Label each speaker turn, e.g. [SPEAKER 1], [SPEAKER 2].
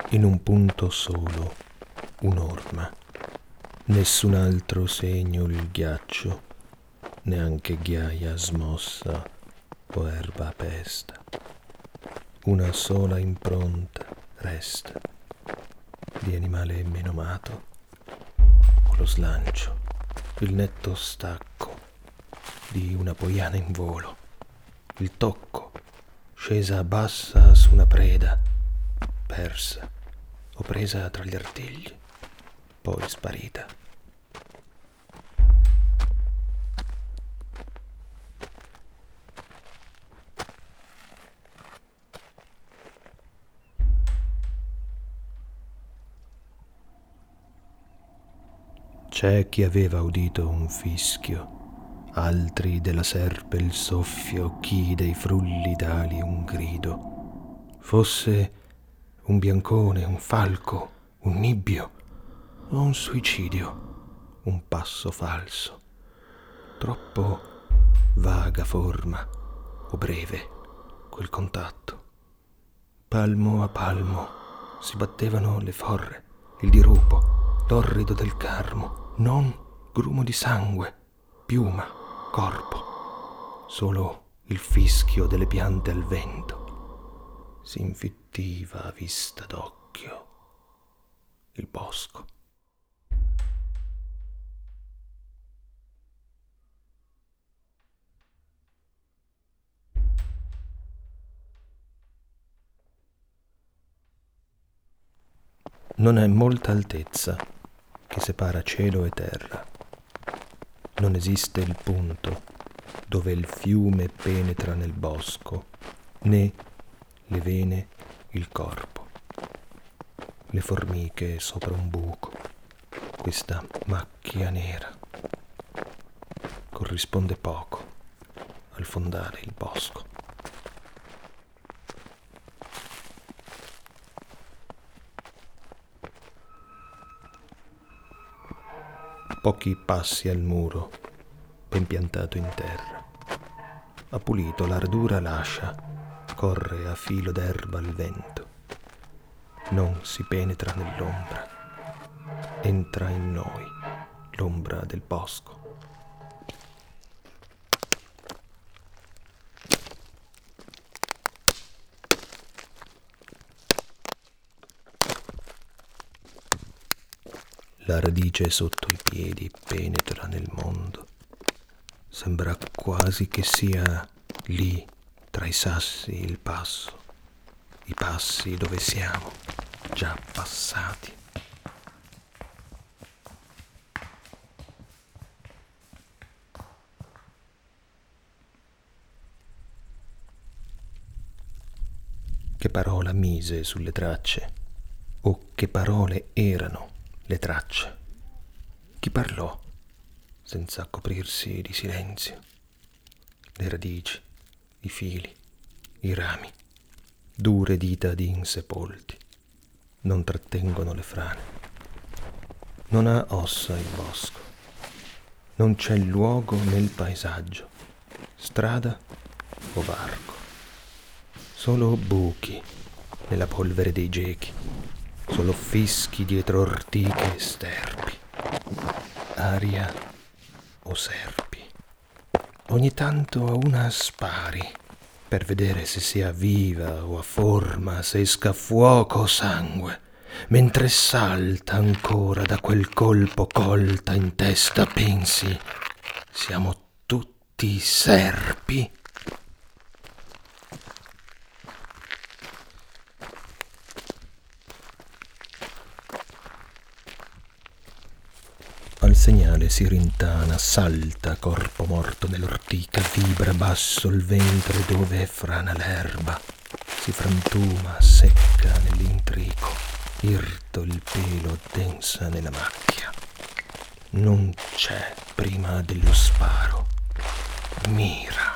[SPEAKER 1] in un punto solo, un'orma, nessun altro segno il ghiaccio, neanche ghiaia smossa o erba a pesta. Una sola impronta resta di animale menomato, o lo slancio, il netto stacco di una poiana in volo, il tocco scesa bassa su una preda, persa o presa tra gli artigli, poi sparita. C'è chi aveva udito un fischio, altri della serpe il soffio, chi dei frulli d'ali un grido. Fosse un biancone, un falco, un nibbio o un suicidio, un passo falso, troppo vaga forma o breve quel contatto. Palmo a palmo si battevano le forre, il dirupo, l'orrido del carmo, non grumo di sangue, piuma, corpo, solo il fischio delle piante al vento. Si infittiva a vista d'occhio il bosco. Non è molta altezza che separa cielo e terra. Non esiste il punto dove il fiume penetra nel bosco, né le vene il corpo. Le formiche sopra un buco, questa macchia nera, corrisponde poco al fondare il bosco. Pochi passi al muro, ben piantato in terra. Ha pulito, l'ardura lascia, corre a filo d'erba al vento. Non si penetra nell'ombra, entra in noi l'ombra del bosco. La radice sotto i piedi penetra nel mondo. Sembra quasi che sia lì, tra i sassi, il passo. I passi dove siamo, già passati. Che parola mise sulle tracce? O che parole erano le tracce? Chi parlò senza coprirsi di silenzio? Le radici, i fili, i rami, dure dita di insepolti, non trattengono le frane. Non ha ossa il bosco, non c'è luogo nel paesaggio, strada o varco, solo buchi nella polvere dei gechi, solo fischi dietro ortiche e sterpi, aria o serpi. Ogni tanto a una spari per vedere se sia viva o a forma, se esca fuoco o sangue, mentre salta ancora da quel colpo colta in testa, pensi, siamo tutti serpi? Al segnale si rintana, salta corpo morto nell'ortica, vibra basso il ventre dove frana l'erba, si frantuma, secca nell'intrico, irto il pelo, densa nella macchia. Non c'è prima dello sparo, mira.